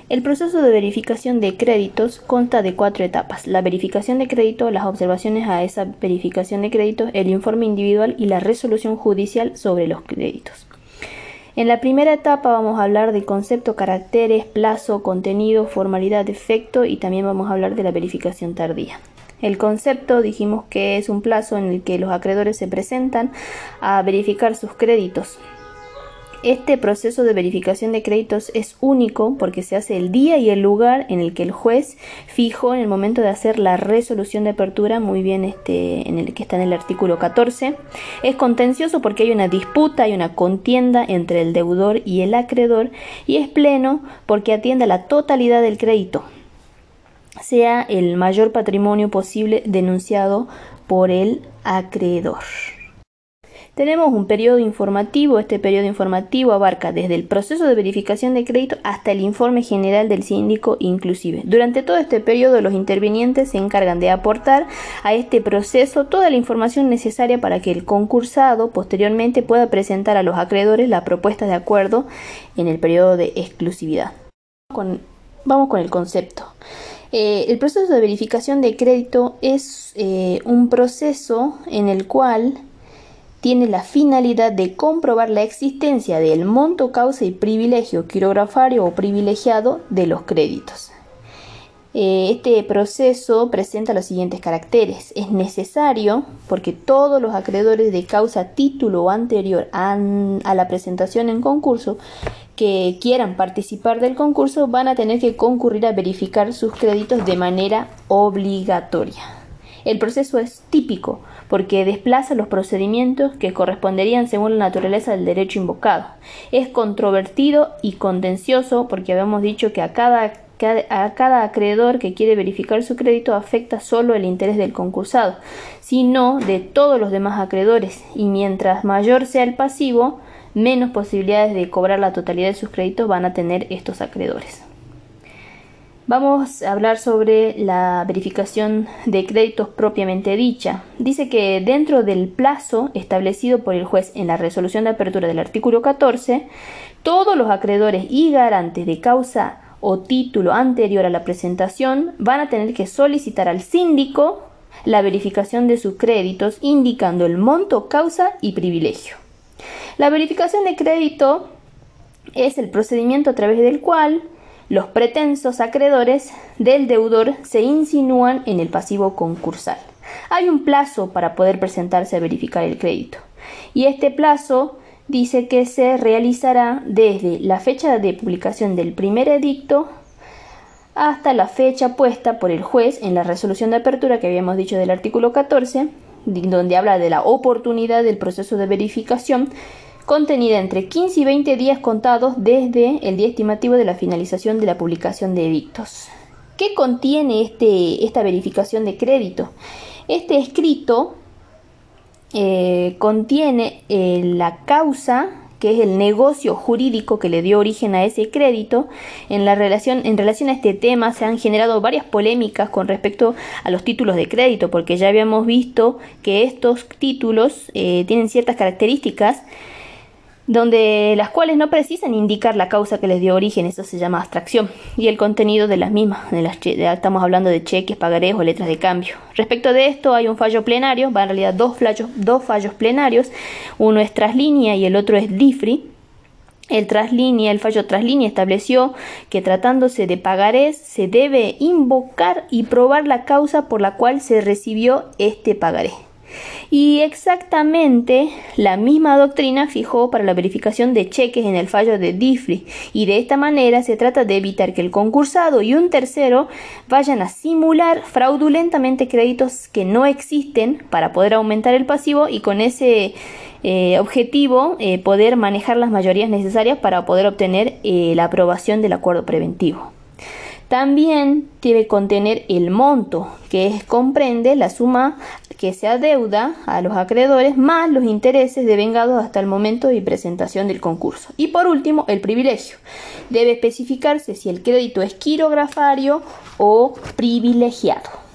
El proceso de verificación de créditos consta de 4 etapas: la verificación de crédito, las observaciones a esa verificación de crédito, el informe individual y la resolución judicial sobre los créditos. En la primera etapa vamos a hablar de concepto, caracteres, plazo, contenido, formalidad, efecto y también vamos a hablar de la verificación tardía. El concepto dijimos que es un plazo en el que los acreedores se presentan a verificar sus créditos. Este proceso de verificación de créditos es único porque se hace el día y el lugar en el que el juez fijó en el momento de hacer la resolución de apertura, muy bien en el que está en el artículo 14. Es contencioso porque hay una disputa, hay una contienda entre el deudor y el acreedor, y es pleno porque atiende a la totalidad del crédito, sea el mayor patrimonio posible denunciado por el acreedor. Tenemos un periodo informativo. Este periodo informativo abarca desde el proceso de verificación de crédito hasta el informe general del síndico inclusive. Durante todo este periodo los intervinientes se encargan de aportar a este proceso toda la información necesaria para que el concursado posteriormente pueda presentar a los acreedores la propuesta de acuerdo en el periodo de exclusividad. Vamos con el concepto. El proceso de verificación de crédito es un proceso en el cual tiene la finalidad de comprobar la existencia del monto, causa y privilegio quirografario o privilegiado de los créditos. Este proceso presenta los siguientes caracteres. Es necesario porque todos los acreedores de causa, título o anterior a la presentación en concurso que quieran participar del concurso van a tener que concurrir a verificar sus créditos de manera obligatoria. El proceso es típico porque desplaza los procedimientos que corresponderían según la naturaleza del derecho invocado. Es controvertido y contencioso porque habíamos dicho que a cada acreedor que quiere verificar su crédito afecta solo el interés del concursado, sino de todos los demás acreedores, y mientras mayor sea el pasivo, menos posibilidades de cobrar la totalidad de sus créditos van a tener estos acreedores. Vamos a hablar sobre la verificación de créditos propiamente dicha. Dice que dentro del plazo establecido por el juez en la resolución de apertura del artículo 14, todos los acreedores y garantes de causa o título anterior a la presentación van a tener que solicitar al síndico la verificación de sus créditos indicando el monto, causa y privilegio. La verificación de crédito es el procedimiento a través del cual los pretensos acreedores del deudor se insinúan en el pasivo concursal. Hay un plazo para poder presentarse a verificar el crédito, y este plazo dice que se realizará desde la fecha de publicación del primer edicto hasta la fecha puesta por el juez en la resolución de apertura que habíamos dicho del artículo 14, donde habla de la oportunidad del proceso de verificación, contenida entre 15 y 20 días contados desde el día estimativo de la finalización de la publicación de edictos. ¿Qué contiene esta verificación de crédito? Este escrito contiene la causa, que es el negocio jurídico que le dio origen a ese crédito. En relación a este tema se han generado varias polémicas con respecto a los títulos de crédito, porque ya habíamos visto que estos títulos tienen ciertas características donde las cuales no precisan indicar la causa que les dio origen. Eso se llama abstracción, y el contenido de las mismas, estamos hablando de cheques, pagarés o letras de cambio. Respecto de esto hay un fallo plenario, en realidad dos fallos plenarios, uno es traslínea y el otro es DIFRI. El fallo traslínea estableció que tratándose de pagarés se debe invocar y probar la causa por la cual se recibió este pagaré. Y exactamente la misma doctrina fijó para la verificación de cheques en el fallo de DIFRI, y de esta manera se trata de evitar que el concursado y un tercero vayan a simular fraudulentamente créditos que no existen para poder aumentar el pasivo y con ese objetivo poder manejar las mayorías necesarias para poder obtener la aprobación del acuerdo preventivo. También debe contener el monto, que comprende la suma que se adeuda a los acreedores más los intereses devengados hasta el momento de presentación del concurso. Y por último, el privilegio. Debe especificarse si el crédito es quirografario o privilegiado.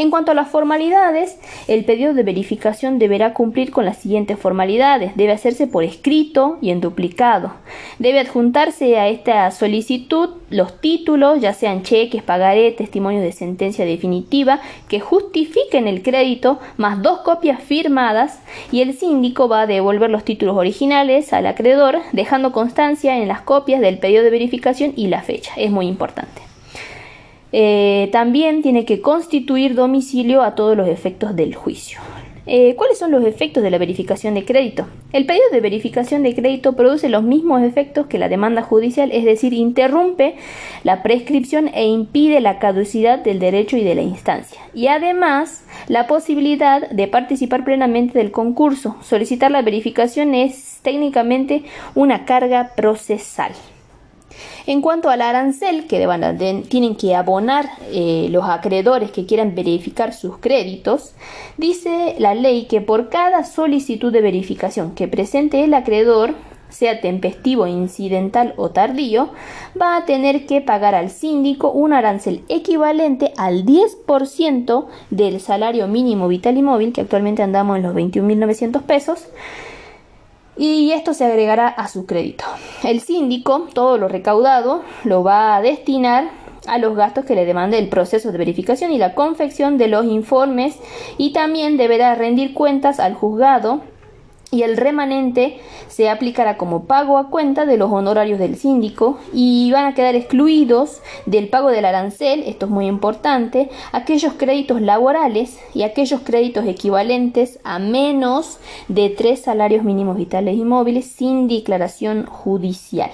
En cuanto a las formalidades, el pedido de verificación deberá cumplir con las siguientes formalidades. Debe hacerse por escrito y en duplicado. Debe adjuntarse a esta solicitud los títulos, ya sean cheques, pagaré, testimonios de sentencia definitiva, que justifiquen el crédito, más 2 copias firmadas, y el síndico va a devolver los títulos originales al acreedor, dejando constancia en las copias del pedido de verificación y la fecha. Es muy importante. También tiene que constituir domicilio a todos los efectos del juicio. ¿Cuáles son los efectos de la verificación de crédito? El pedido de verificación de crédito produce los mismos efectos que la demanda judicial, es decir, interrumpe la prescripción e impide la caducidad del derecho y de la instancia. Y además, la posibilidad de participar plenamente del concurso. Solicitar la verificación es técnicamente una carga procesal. En cuanto al arancel que tienen que abonar los acreedores que quieran verificar sus créditos, dice la ley que por cada solicitud de verificación que presente el acreedor, sea tempestivo, incidental o tardío, va a tener que pagar al síndico un arancel equivalente al 10% del salario mínimo vital y móvil, que actualmente andamos en los 21.900 pesos, y esto se agregará a su crédito. El síndico, todo lo recaudado, lo va a destinar a los gastos que le demande el proceso de verificación y la confección de los informes, y también deberá rendir cuentas al juzgado, y el remanente se aplicará como pago a cuenta de los honorarios del síndico, y van a quedar excluidos del pago del arancel, esto es muy importante, aquellos créditos laborales y aquellos créditos equivalentes a menos de 3 salarios mínimos vitales y móviles sin declaración judicial.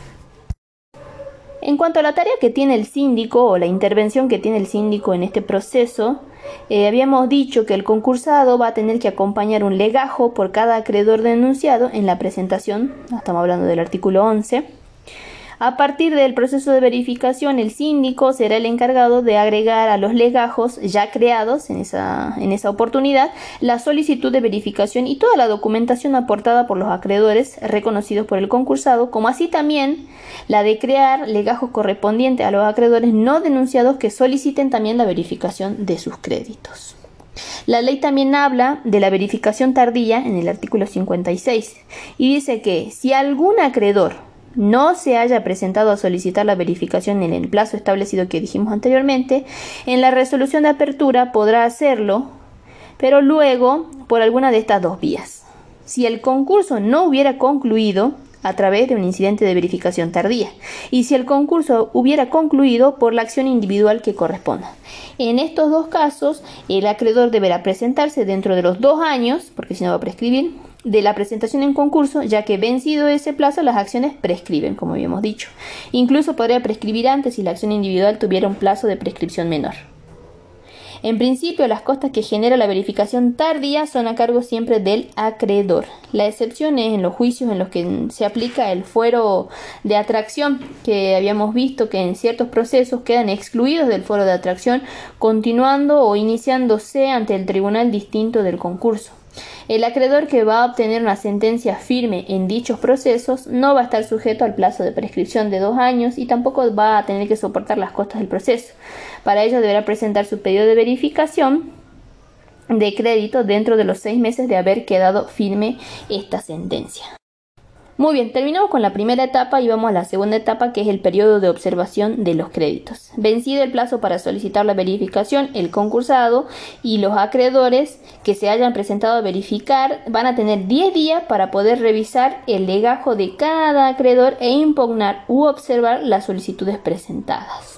En cuanto a la tarea que tiene el síndico o la intervención que tiene el síndico en este proceso, habíamos dicho que el concursado va a tener que acompañar un legajo por cada acreedor denunciado en la presentación, estamos hablando del artículo 11. A partir del proceso de verificación, el síndico será el encargado de agregar a los legajos ya creados en esa oportunidad la solicitud de verificación y toda la documentación aportada por los acreedores reconocidos por el concursado, como así también la de crear legajos correspondientes a los acreedores no denunciados que soliciten también la verificación de sus créditos. La ley también habla de la verificación tardía en el artículo 56 y dice que si algún acreedor no se haya presentado a solicitar la verificación en el plazo establecido que dijimos anteriormente, en la resolución de apertura podrá hacerlo, pero luego por alguna de estas dos vías. Si el concurso no hubiera concluido, a través de un incidente de verificación tardía, y si el concurso hubiera concluido por la acción individual que corresponda. En estos dos casos, el acreedor deberá presentarse dentro de los 2 años, porque si no va a prescribir, de la presentación en concurso, ya que vencido ese plazo las acciones prescriben, como habíamos dicho. Incluso podría prescribir antes si la acción individual tuviera un plazo de prescripción menor. En principio, las costas que genera la verificación tardía son a cargo siempre del acreedor. La excepción es en los juicios en los que se aplica el fuero de atracción, que habíamos visto que en ciertos procesos quedan excluidos del fuero de atracción, continuando o iniciándose ante el tribunal distinto del concurso. El acreedor que va a obtener una sentencia firme en dichos procesos no va a estar sujeto al plazo de prescripción de 2 años y tampoco va a tener que soportar las costas del proceso. Para ello deberá presentar su pedido de verificación de crédito dentro de los 6 meses de haber quedado firme esta sentencia. Muy bien, terminamos con la primera etapa y vamos a la segunda etapa, que es el periodo de observación de los créditos. Vencido el plazo para solicitar la verificación, el concursado y los acreedores que se hayan presentado a verificar van a tener 10 días para poder revisar el legajo de cada acreedor e impugnar u observar las solicitudes presentadas.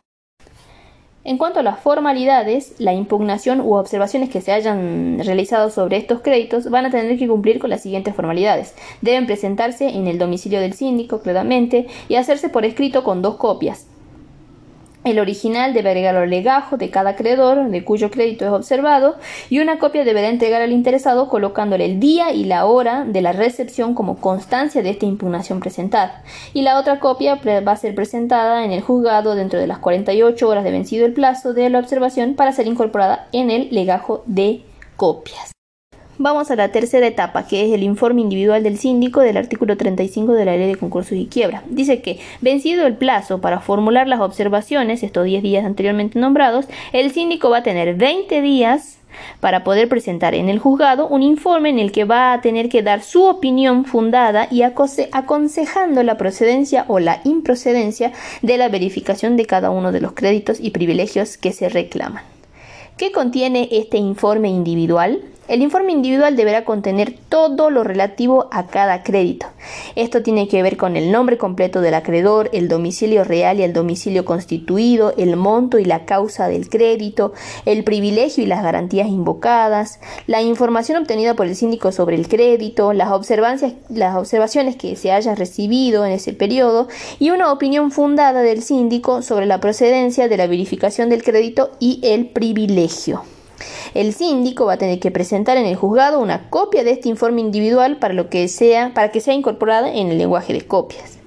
En cuanto a las formalidades, la impugnación u observaciones que se hayan realizado sobre estos créditos van a tener que cumplir con las siguientes formalidades. Deben presentarse en el domicilio del síndico, claramente, y hacerse por escrito con 2 copias. El original debe agregar al legajo de cada acreedor de cuyo crédito es observado, y una copia deberá entregar al interesado colocándole el día y la hora de la recepción como constancia de esta impugnación presentada, y la otra copia va a ser presentada en el juzgado dentro de las 48 horas de vencido el plazo de la observación para ser incorporada en el legajo de copias. Vamos a la tercera etapa, que es el informe individual del síndico del artículo 35 de la Ley de Concursos y Quiebra. Dice que, vencido el plazo para formular las observaciones, estos 10 días anteriormente nombrados, el síndico va a tener 20 días para poder presentar en el juzgado un informe en el que va a tener que dar su opinión fundada y aconsejando la procedencia o la improcedencia de la verificación de cada uno de los créditos y privilegios que se reclaman. ¿Qué contiene este informe individual? El informe individual deberá contener todo lo relativo a cada crédito. Esto tiene que ver con el nombre completo del acreedor, el domicilio real y el domicilio constituido, el monto y la causa del crédito, el privilegio y las garantías invocadas, la información obtenida por el síndico sobre el crédito, las observaciones que se hayan recibido en ese periodo y una opinión fundada del síndico sobre la procedencia de la verificación del crédito y el privilegio. El síndico va a tener que presentar en el juzgado una copia de este informe individual para que sea incorporada en el lenguaje de copias.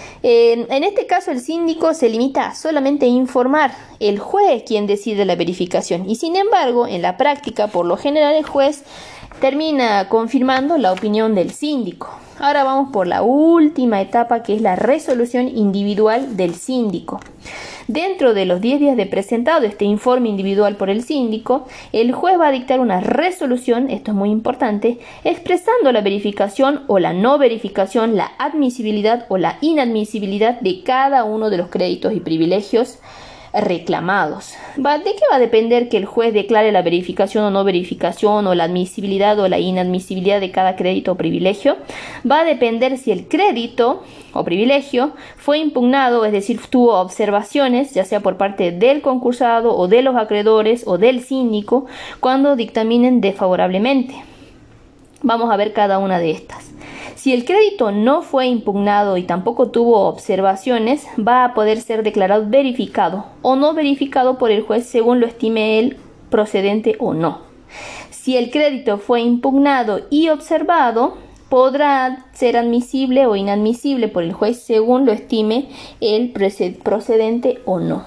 En este caso, el síndico se limita a solamente informar. El juez quien decide la verificación y, sin embargo, en la práctica, por lo general, el juez termina confirmando la opinión del síndico. Ahora vamos por la última etapa, que es la resolución individual del síndico. Dentro de los 10 días de presentado este informe individual por el síndico, el juez va a dictar una resolución, esto es muy importante, expresando la verificación o la no verificación, la admisibilidad o la inadmisibilidad de cada uno de los créditos y privilegios reclamados. ¿De qué va a depender que el juez declare la verificación o no verificación o la admisibilidad o la inadmisibilidad de cada crédito o privilegio? Va a depender si el crédito o privilegio fue impugnado, es decir, tuvo observaciones, ya sea por parte del concursado o de los acreedores o del síndico, cuando dictaminen desfavorablemente. Vamos a ver cada una de estas. Si el crédito no fue impugnado y tampoco tuvo observaciones, va a poder ser declarado verificado o no verificado por el juez según lo estime él procedente o no. Si el crédito fue impugnado y observado, podrá ser admisible o inadmisible por el juez según lo estime él procedente o no.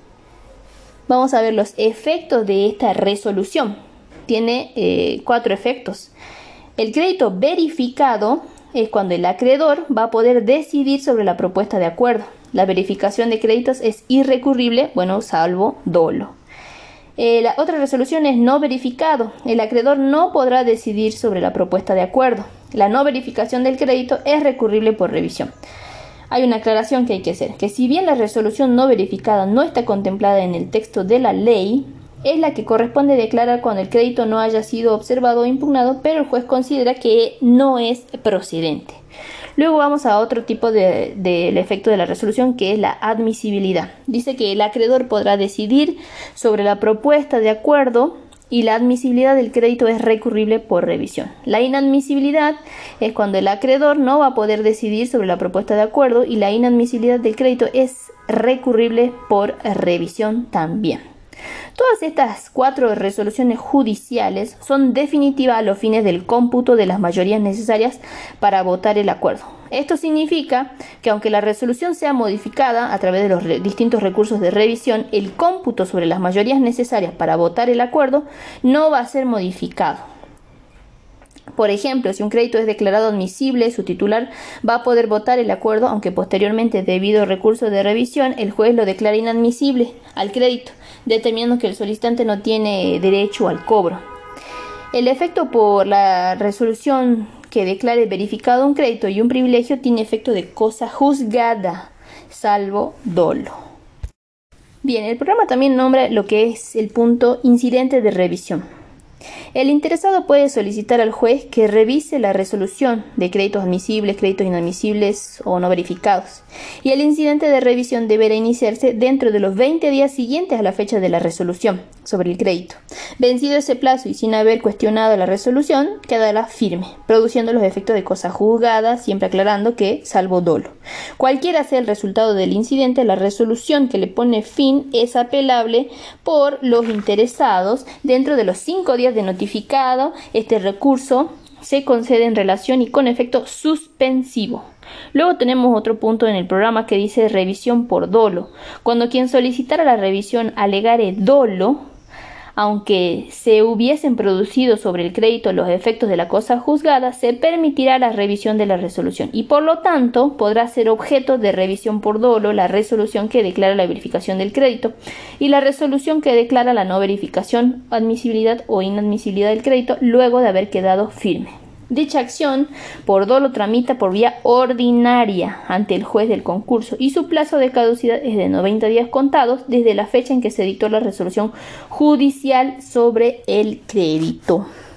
Vamos a ver los efectos de esta resolución. Tiene 4 efectos. El crédito verificado es cuando el acreedor va a poder decidir sobre la propuesta de acuerdo. La verificación de créditos es irrecurrible, salvo dolo. La otra resolución es no verificado. El acreedor no podrá decidir sobre la propuesta de acuerdo. La no verificación del crédito es recurrible por revisión. Hay una aclaración que hay que hacer, que si bien la resolución no verificada no está contemplada en el texto de la ley, es la que corresponde declarar cuando el crédito no haya sido observado o impugnado, pero el juez considera que no es procedente. Luego vamos a otro tipo del efecto de la resolución, que es la admisibilidad. Dice que el acreedor podrá decidir sobre la propuesta de acuerdo y la admisibilidad del crédito es recurrible por revisión. La inadmisibilidad es cuando el acreedor no va a poder decidir sobre la propuesta de acuerdo y la inadmisibilidad del crédito es recurrible por revisión también. Todas estas 4 resoluciones judiciales son definitivas a los fines del cómputo de las mayorías necesarias para votar el acuerdo. Esto significa que aunque la resolución sea modificada a través de los distintos recursos de revisión, el cómputo sobre las mayorías necesarias para votar el acuerdo no va a ser modificado. Por ejemplo, si un crédito es declarado admisible, su titular va a poder votar el acuerdo, aunque posteriormente, debido al recurso de revisión, el juez lo declara inadmisible al crédito, determinando que el solicitante no tiene derecho al cobro. El efecto por la resolución que declare verificado un crédito y un privilegio tiene efecto de cosa juzgada, salvo dolo. Bien, el programa también nombra lo que es el punto incidente de revisión. El interesado puede solicitar al juez que revise la resolución de créditos admisibles, créditos inadmisibles o no verificados, y el incidente de revisión deberá iniciarse dentro de los 20 días siguientes a la fecha de la resolución sobre el crédito. Vencido ese plazo y sin haber cuestionado la resolución, quedará firme, produciendo los efectos de cosa juzgada, siempre aclarando que salvo dolo. Cualquiera sea el resultado del incidente, la resolución que le pone fin es apelable por los interesados dentro de los 5 días de notificado. Este recurso se concede en relación y con efecto suspensivo. Luego tenemos otro punto en el programa que dice revisión por dolo. Cuando quien solicitara la revisión alegare dolo, Aunque se hubiesen producido sobre el crédito los efectos de la cosa juzgada, se permitirá la revisión de la resolución y por lo tanto podrá ser objeto de revisión por dolo la resolución que declara la verificación del crédito y la resolución que declara la no verificación, admisibilidad o inadmisibilidad del crédito luego de haber quedado firme. Dicha acción por dolo tramita por vía ordinaria ante el juez del concurso y su plazo de caducidad es de 90 días contados desde la fecha en que se dictó la resolución judicial sobre el crédito.